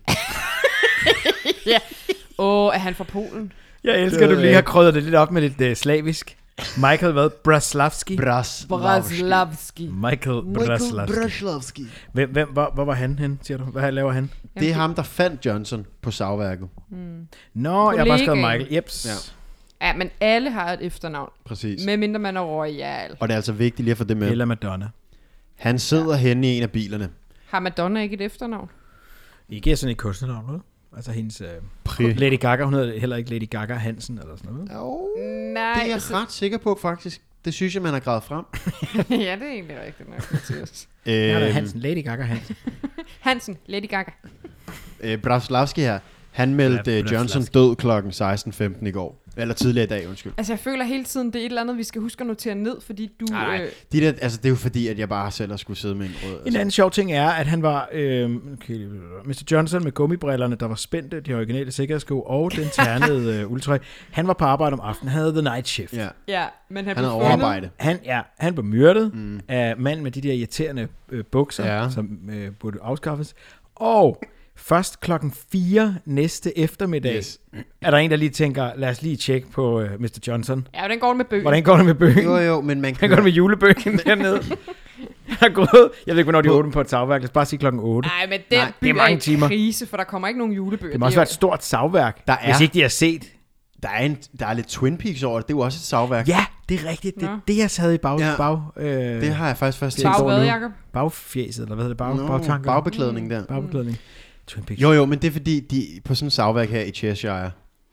Ja. Er han fra Polen? Jeg elsker, at du lige har krydret det lidt op med lidt slavisk. Michael hvad? Braslavski? Braslavski. Michael Braslavski. Hvor var han hen, siger du? Hvad laver han? Det er ham, der fandt Johnson på savværket. Nå, jeg har bare skrevet Michael. Jeps. Ja. Ja, men alle har et efternavn. Præcis. Medmindre man er royal. Og det er altså vigtigt lige at få det med. Eller Madonna. Han sidder henne i en af bilerne. Har Madonna ikke et efternavn? Ikke er sådan et kunstnernavn, noget? Altså hendes... Pri. Lady Gaga, hun hedder heller ikke Lady Gaga Hansen eller sådan noget. Nej. Det er jeg ret sikker på, faktisk. Det synes jeg, man har gravet frem. Ja, det er egentlig rigtigt nok, Mathias. Hansen. Lady Gaga Hansen. Hansen, Lady Gaga. Braslavski her, han meldte Johnson død klokken 16:15 i går. Eller tidligere i dag, undskyld. Altså, jeg føler hele tiden, det er et eller andet, vi skal huske at notere ned, fordi du... Nej, det er jo fordi, at jeg bare selv har skulle sidde med en rød. En anden sjov ting er, at han var Mr. Johnson med gummibrillerne, der var spændte, de originale sikkerhedssko og den ternede uldtrøj. Han var på arbejde om aftenen. Han havde the night shift. Ja, men han havde blev overarbejde. Han blev myrdet af mand med de der irriterende bukser, som burde afskaffes. Og først klokken 4 næste eftermiddag, er der en, der lige tænker, lad os lige tjekke på Mr. Johnson. Ja, hvordan går det med bøgen? Hvordan går det med bøgen? Jo, men man kan... Hvordan går det med julebøgen dernede? Jeg ved ikke, hvornår de er åbne på et savværk. Lad os bare sige klokken 8. Nej, men den by er mange timer. Krise, for der kommer ikke nogen julebøger. Det må også være et stort savværk, hvis ikke de har set. Der er lidt Twin Peaks over det. Det er jo også et savværk. Ja, det er rigtigt. Det er det, jeg sad i bag. Det har jeg faktisk først tænkt over nu. Jacob? Bagfjæset, eller hvad hedder det? Bagtanker? Bagbeklædning der. Bagbeklædning. Twin Peaks. Jo, men det er fordi, de på sådan en savværk her i Cheshire,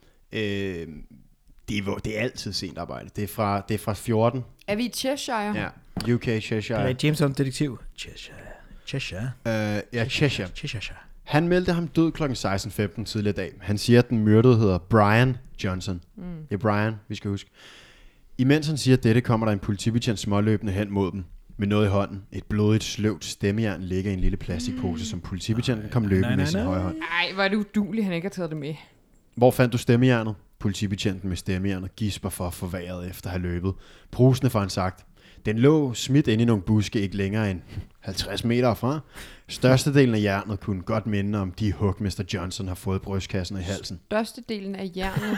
det er altid sent arbejde. Det er fra 14. Er vi i Cheshire? Ja, UK, Cheshire. Det er James Bond detektiv. Cheshire. Ja, Cheshire. Han meldte ham død klokken 16:15 tidligere dag. Han siger, at den myrdede hedder Brian Johnson. Det er Brian, vi skal huske. Imens han siger dette, kommer der en politibetjent småløbende hen mod dem. Med noget i hånden. Et blodigt, sløvt stemmejern ligger i en lille plastikpose, som politibetjenten kom løbende med sin højre hånd. Ej, hvor er det udueligt, han ikke har taget det med. Hvor fandt du stemmejernet? Politibetjenten med stemmejernet gisper for at få vejret efter at have løbet. Brusende får han sagt. Den lå smidt inde i nogle buske ikke længere end 50 meter fra. Størstedelen af jernet kunne godt minde om de hug, Mr. Johnson har fået i brystkassen og i halsen. Størstedelen af jernet?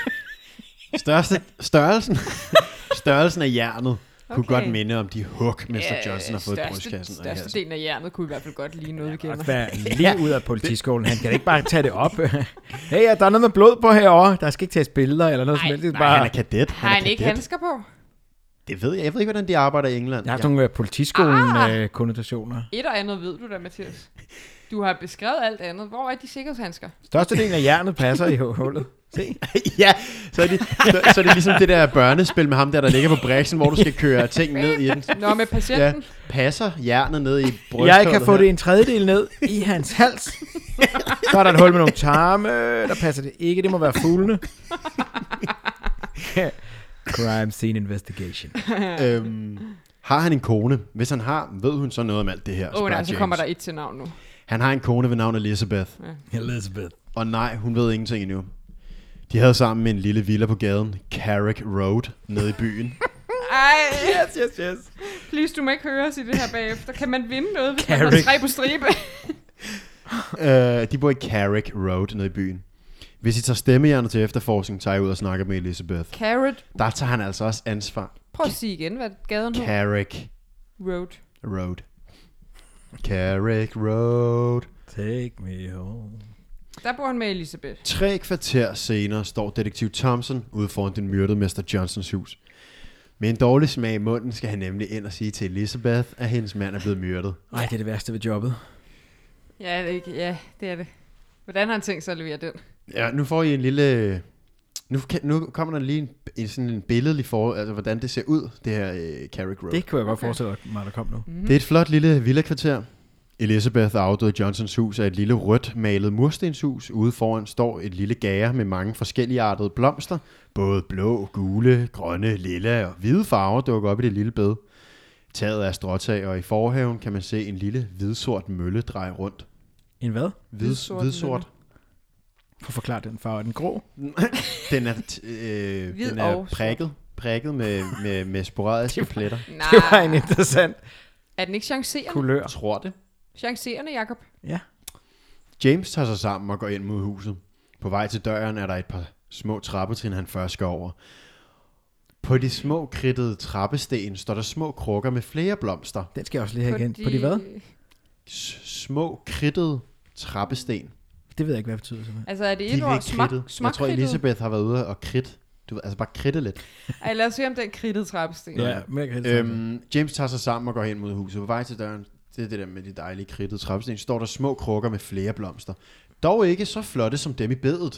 Størrelsen af jernet kunne godt minde om de hug, Mr. Johnson har fået i brystkassen og i halsen. Størstedelen af jernet kunne i hvert fald godt lige noget, vi kender. Være lige ud af politiskolen. Han kan ikke bare tage det op. Hey, der er noget med blod på herovre. Der skal ikke tages billeder eller noget som helst. Nej, han er kadet. Har han ikke handsker på? Det ved jeg. Jeg ved ikke, hvordan de arbejder i England. Jeg har nogle politiskolen-konnotationer. Et og andet ved du da, Mathias. Du har beskrevet alt andet. Hvor er de sikkerhedshandsker? Størstedelen af jernet passer i hullet. Se. Ja, så er det ligesom det der børnespil med ham der ligger på bræksen, hvor du skal køre ting ned i den. Nå, med patienten. Ja, passer jernet ned i brysthullet. Jeg kan få det en tredjedel ned i hans hals. Så er der et hul med nogle tarme. Der passer det ikke. Det må være fuglene. Crime scene investigation. Har han en kone? Hvis han har, ved hun så noget om alt det her? Nej, så kommer der et til navn nu. Han har en kone ved navn Elizabeth. Ja. Elizabeth. Og nej, hun ved ingenting endnu. De havde sammen med en lille villa på gaden, Carrick Road, nede i byen. Ej, yes. Please, du må ikke høre os i det her bagefter. Kan man vinde noget, hvis man har 3 på stribe? De bor i Carrick Road, nede i byen. Hvis I tager stemmejernet til efterforskning, tager jeg ud og snakker med Elizabeth. Carrot. Der tager han altså også ansvar. Prøv at sige igen, hvad gaden hedder. Carrick Road. Carrick Road. Take me home. Der bor han med Elizabeth. 3 kvarter senere står detektiv Thompson ude foran den myrdede Mr. Johnsons hus. Med en dårlig smag i munden skal han nemlig ind og sige til Elizabeth, at hendes mand er blevet myrdet. Nej, det er det værste ved jobbet. Ja, det er det. Hvordan har han tænkt sig at levere den? Ja, nu får I en lille Nu kommer der lige sådan en billedlig altså hvordan det ser ud, det her Carrick Road. Det kunne jeg godt forestille mig, der kom nu. Det er et flot lille villakvarter. Elizabeth afdøde Johnsons hus er et lille rødt malet murstenshus. Ude foran står et lille gærde med mange forskellige artede blomster. Både blå, gule, grønne, lilla og hvide farver dukker op i det lille bed. Taget er stråtag, og i forhaven kan man se en lille hvidsort mølle dreje rundt. En hvad? Hvidsort. For at forklare den farve. Er den grå? Den er prikket med sporadiske pletter. Det var en interessant Er den ikke chancerende? kulør. Jeg tror det. Chancerende, Jacob. Ja. James tager sig sammen og går ind mod huset. På vej til døren er der et par små trappetrin, han først skal over. På de små kridtede trappesten står der små krukker med flere blomster. Den skal jeg også lige have igen. På de hvad? Små kridtede trappesten. Det ved jeg ikke, hvad det betyder. Simpelthen. Altså er det De et er ord? ikke kridtet. Jeg tror, Elisabeth har været ude og kridt. Altså bare kridte lidt. Ej, lad os se om den kridtede trappesten. Ja, mere kridtet. James tager sig sammen og går hen mod huset. På vej til døren, det er det der med de dejlige kridtede trappesten, står der små krukker med flere blomster. Dog ikke så flotte som dem i bedet.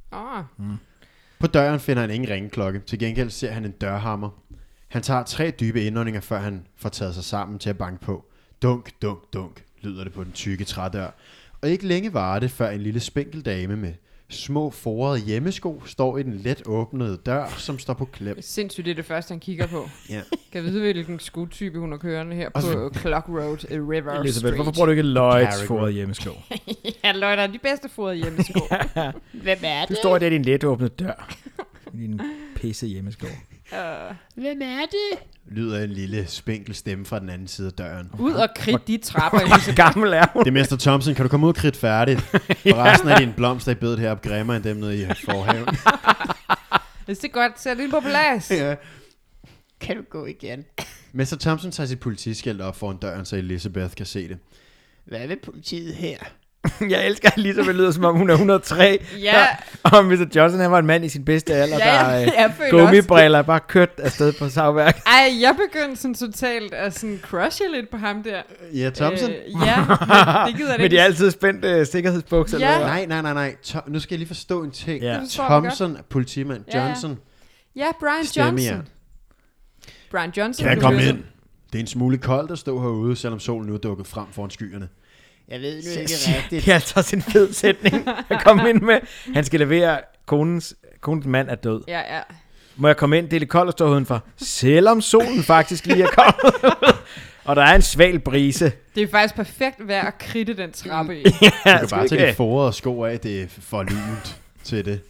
På døren finder han ingen ringeklokke. Til gengæld ser han en dørhammer. Han tager 3 dybe indåndinger, før han får taget sig sammen til at banke på. Dunk, dunk, dunk, lyder det på den tykke trædør. Og ikke længe varer det, før en lille spinkel dame med små forrede hjemmesko står i den let åbnede dør, som står på klem. Sindssygt, det er det første, han kigger på. Ja. Kan vide, hvilken skotype hun er kørende her på Clock Road i River Elisabeth, Street. hvorfor bruger du ikke Lloyds forrede hjemmesko? Ja, Lloyd er de bedste forrede hjemmesko. Hvem er det? Du står der i din let åbne dør. Din pisse hjemmesko. Hvem er det? Lyder en lille spinkel stemme fra den anden side af døren. Ud og kridt de trapper. Hvor gammel er hun? Det er Mr. Thompson. Kan du komme ud og kridt færdigt? For resten af dine blomster i bedet heroppe grimmer end dem nede i forhaven. Hvis det er godt, sæt det på plads. Ja. Kan du gå igen? Mr. Thompson tager sit politiskilt op foran døren, så Elizabeth kan se det. Hvad vil politiet her? Jeg elsker Elisabeth, lyder som om hun er 103. Ja. Og Mr. Johnson, han var en mand i sin bedste alder, der gummibriller bare kørt afsted på savværk. Ej, jeg begyndte sådan totalt at sådan crushe lidt på ham der. Ja, Thompson? Ja, men det gider det med de altid spændte sikkerhedsbukser. Ja. Nej. Nu skal jeg lige forstå en ting. Ja. Thompson, politimand Johnson. Ja, Brian Johnson. Brian Johnson. Kan jeg komme ind? Det er en smule koldt at stå herude, selvom solen nu er dukket frem foran skyerne. Jeg ved nu ikke rigtigt. Det er altså en fed sætning at komme ind med. Han skal levere konens mand er død. Ja. Må jeg komme ind? Det er lidt koldt at stå udenfor. Selvom solen faktisk lige er kommet ud. Og der er en sval brise. Det er faktisk perfekt vejr at kridte den trappe i. Du kan bare tage de forrede sko af, det er for lunt til det.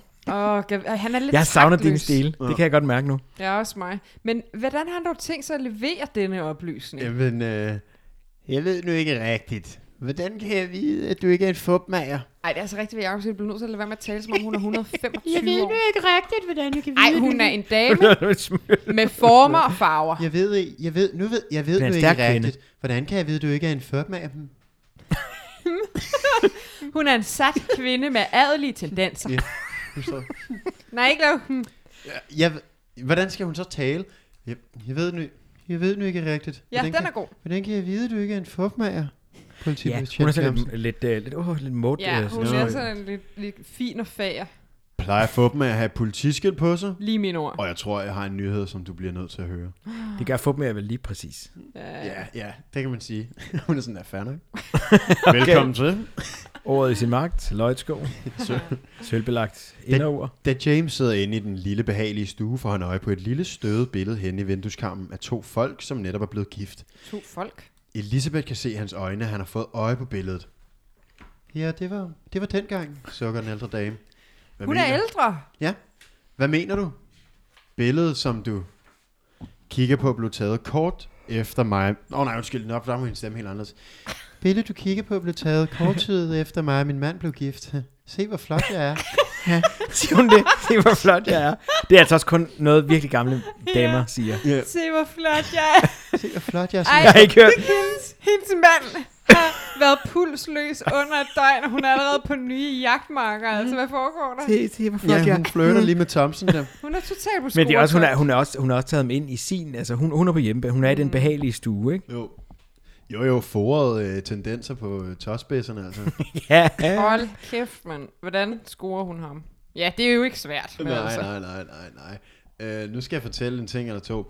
Han er lidt jeg savner din taktløs. stil. Det kan jeg godt mærke nu. Ja, også mig. Men hvordan har han dog tænkt sig at levere denne oplysning? Jamen, jeg ved nu ikke rigtigt. Hvordan kan jeg vide, at du ikke er en fupmager? Ej, det er altså rigtigt, Jacob, så jeg bliver nødt til at lade være med at tale, som om hun er 125 år. Jeg ved nu ikke rigtigt, hvordan jeg kan vide Ej, hun er en dame med former og farver. Jeg ved nu ikke rigtigt. Hvordan kan jeg vide, at du ikke er en fupmager? Hun er en sat kvinde med adelige tendenser. Ja. Nej, ikke lov. Hvordan skal hun så tale? Jeg ved nu ikke rigtigt. Ja, den er god. Hvordan kan jeg vide, at du ikke er en fupmager? Ja, hun er sådan lidt mode. Ja, hun er sådan lidt fin og fager. Plejer fupmager at have politiskilt på sig? Lige mine ord. Og jeg tror, jeg har en nyhed, som du bliver nødt til at høre. Det gør fupmager vel lige præcis. Ja, det kan man sige. Hun er sådan der, fair nok. Velkommen til. Ordet i sin magt, løjtsko, sølvbelagt inderord. Da James sidder inde i den lille behagelige stue, får han øje på et lille støvet billede henne i vindueskarmen af 2 folk, som netop er blevet gift. 2 folk? Elisabeth kan se hans øjne, han har fået øje på billedet. Ja, det var dengang, sukker den ældre dame. Hun er ældre? Ja. Hvad mener du? Billedet, som du kigger på, blev taget kort efter mig. Undskyld, der må min stemme helt anderledes. Billedet, du kigger på, blev taget kort tid efter mig og min mand blev gift. Se, hvor flot jeg er. Siger hun det? Se, hvor flot jeg er. Det er altså også kun noget virkelig gamle damer siger. Yeah. Se, hvor flot jeg er. Se, hvor flot jeg er. Jeg har ikke hørt. Hendes mand har været pulsløs under et døgn, og hun er allerede på nye jagtmarker. Altså, hvad foregår der? Se, hvor flot jeg Ja, er. hun flirter lige med Thompson der. Hun er totalt på Men det er også, hun har også taget dem ind i sin, altså hun er på hjemme, hun er i den behagelige stue, ikke? Jo, forrede tendenser på tåspidserne, altså. Ja. Hold kæft, mand. Hvordan scorer hun ham? Ja, det er jo ikke svært. Men nej. Nu skal jeg fortælle en ting eller to.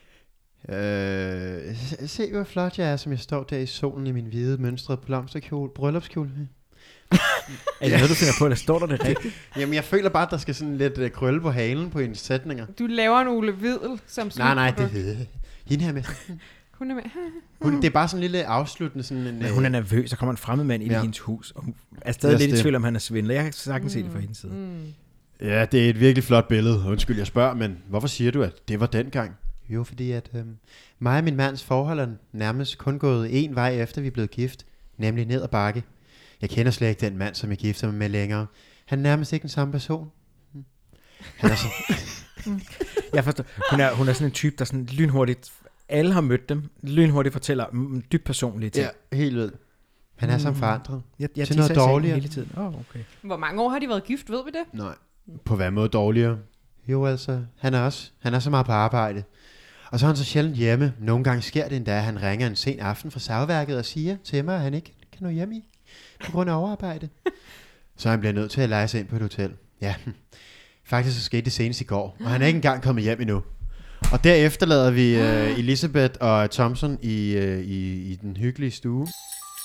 Se, hvor flot jeg er, som jeg står der i solen i min hvide mønstrede blomsterkjole, bryllupskjole. Er det noget, du finder på, eller står der det rigtigt? Jamen, jeg føler bare, at der skal sådan lidt krølle på halen på hendes sætninger. Du laver en Ole Vedel som Nej, det er hende her med. Hun er med. Det er bare sådan en lille afsluttende sådan en... Men hun er nervøs, så kommer en fremmed mand ind i hendes hus, og hun er stadig lidt i tvivl om, han er svindler. Jeg kan sagtens se det fra hendes side. Ja, det er et virkelig flot billede. Undskyld, jeg spørger, men hvorfor siger du, at det var dengang? Jo, fordi at mig og min mands forhold er nærmest kun gået en vej efter vi er blevet gift, nemlig ned ad bakke. Jeg kender slet ikke den mand, som jeg gifter mig med længere. Han er nærmest ikke den samme person. Han er så... Jeg forstår. Hun er sådan en type, der sådan lynhurtigt... Alle har mødt dem. Lynhurtigt fortæller dybt personlige ting. Ja, helt vildt. Han er som forandret. Jeg til noget dårligere. Hele tiden. Okay. Hvor mange år har de været gift, ved vi det? Nej. På hvad måde dårligere? Jo, altså, han er så meget på arbejde. Og så er han så sjældent hjemme. Nogle gange sker det endda, at han ringer en sen aften fra savværket og siger til mig, at han ikke kan nå hjem på grund af overarbejde. Så han bliver nødt til at leje sig ind på et hotel. Ja, faktisk så skete det senest i går, og han er ikke engang kommet hjem endnu. Og derefter lader vi Elisabeth og Thompson i den hyggelige stue. Er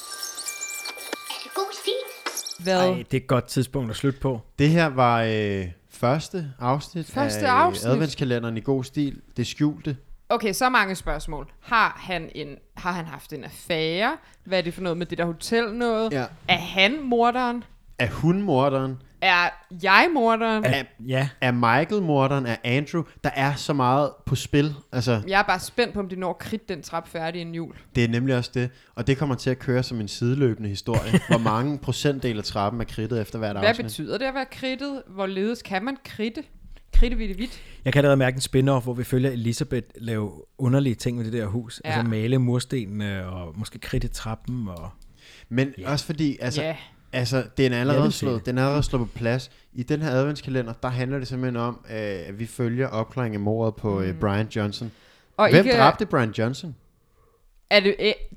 det god stil? Hvad? Ej, det er et godt tidspunkt at slutte på. Det her var første afsnit af adventskalenderen i god stil. Det skjulte. Okay, så mange spørgsmål. Har han haft en affære? Hvad er det for noget med det der hotel noget? Ja. Er han morderen? Er hun morderen? Er jeg morderen? Er Michael morderen? Er Andrew? Der er så meget på spil. Altså, Jeg er bare spændt på, om de når at kridte den trap færdig inden jul. det er nemlig også det. Og det kommer til at køre som en sideløbende historie. Hvor mange procentdel af trappen er kridtet efter hvert Hvad afsnit. betyder det at være kridtet? Hvorledes kan man kridte? Kridte vidt? Jeg kan allerede mærke en spin-off, hvor vi følger Elisabeth lave underlige ting med det der hus. Ja. Altså male murstenene og måske kridte trappen. Men også fordi, altså, den er allerede slået på plads. I den her adventskalender, der handler det simpelthen om, at vi følger opklaringen af mordet på Brian Johnson. Og Hvem dræbte Brian Johnson? Er det,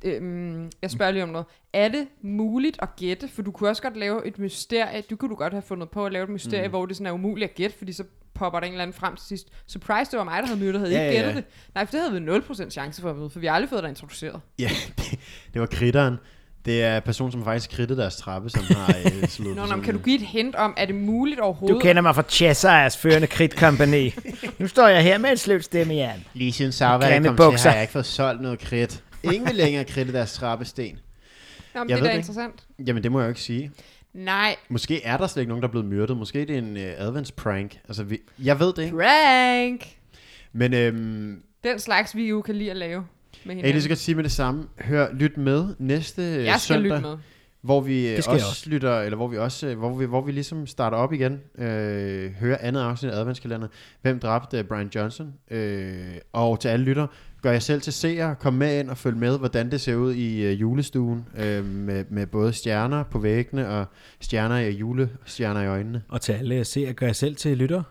jeg spørger lige om noget. Er det muligt at gætte? For du kunne også godt lave et mysterie. Du kunne godt have fundet på at lave et mysterie, hvor det sådan er umuligt at gætte, fordi så popper der en eller anden frem til sidst. Surprise, det var mig, der havde myrdet, havde ikke gættet det. Nej, for det havde vi 0% chance for at vide, for vi har aldrig fået dig introduceret. Ja, det var kritteren. Det er personen, som faktisk kridtede deres trappe, som har slået. Nå, kan du give et hint om, er det muligt overhovedet? Du kender mig fra Cheshires førende kridtkompagni. Nu står jeg her med et slutstemme, Jan. Lige siden savværket kom til, har jeg ikke fået solgt noget kridt. Ingen vil længere kridte deres trappesten. Nå, men det er da interessant. Jamen, det må jeg jo ikke sige. Nej. Måske er der slet ikke nogen, der er blevet myrdet. Måske det er en adventsprank. Altså, jeg ved det ikke. Prank! Men den slags, vi jo kan lide at lave med hinanden. Jeg kan lige så godt sige med det samme. Lyt med næste jeg skal søndag. Lytte med. Hvor vi også lytter, eller hvor vi ligesom starter op igen, hører andet afsnit af adventskalenderen. Hvem dræbte Brian Johnson? Og til alle lytter, gør jeg selv til seer, kom med ind og følg med, hvordan det ser ud i julestuen, med både stjerner på væggene og julestjerner i øjnene. Og til alle seer, gør jeg selv til lytter.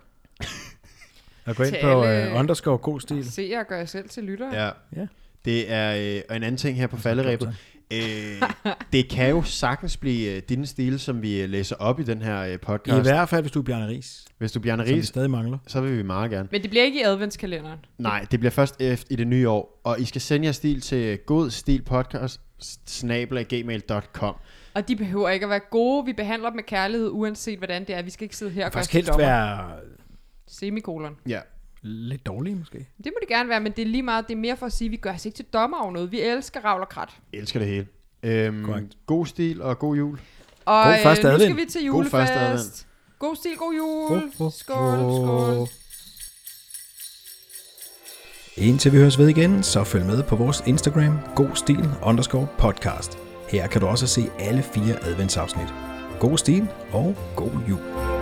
Og gå ind på underscore god stil. Seer, gør jeg selv til lytter. Ja. Det er en anden ting her på falderæbet. Det kan jo sagtens blive din stil, som vi læser op i den her podcast. I hvert fald, hvis du er Bjarne Riis. Hvis du er Bjarne Riis, som vi stadig mangler. Så vil vi meget gerne. Men det bliver ikke i adventskalenderen. Nej, det bliver først i det nye år. Og I skal sende jeres stil til godstilpodcast@gmail.com. Og de behøver ikke at være gode. Vi behandler dem med kærlighed, uanset hvordan det er. Vi skal ikke sidde her og gøre helst være semikolon. Ja. Lidt dårlige måske. Det må det gerne være, men det er lige meget. Det er mere for at sige, at vi gør os ikke til dommer over noget. Vi elsker ravl og krat. Elsker det hele. God stil og god jul. Og god første advent. Nu skal vi til julefest. God stil, god jul. Skål. Indtil vi høres ved igen, så følg med på vores Instagram, godstil_podcast. Her kan du også se alle 4 adventsafsnit. God stil og god jul.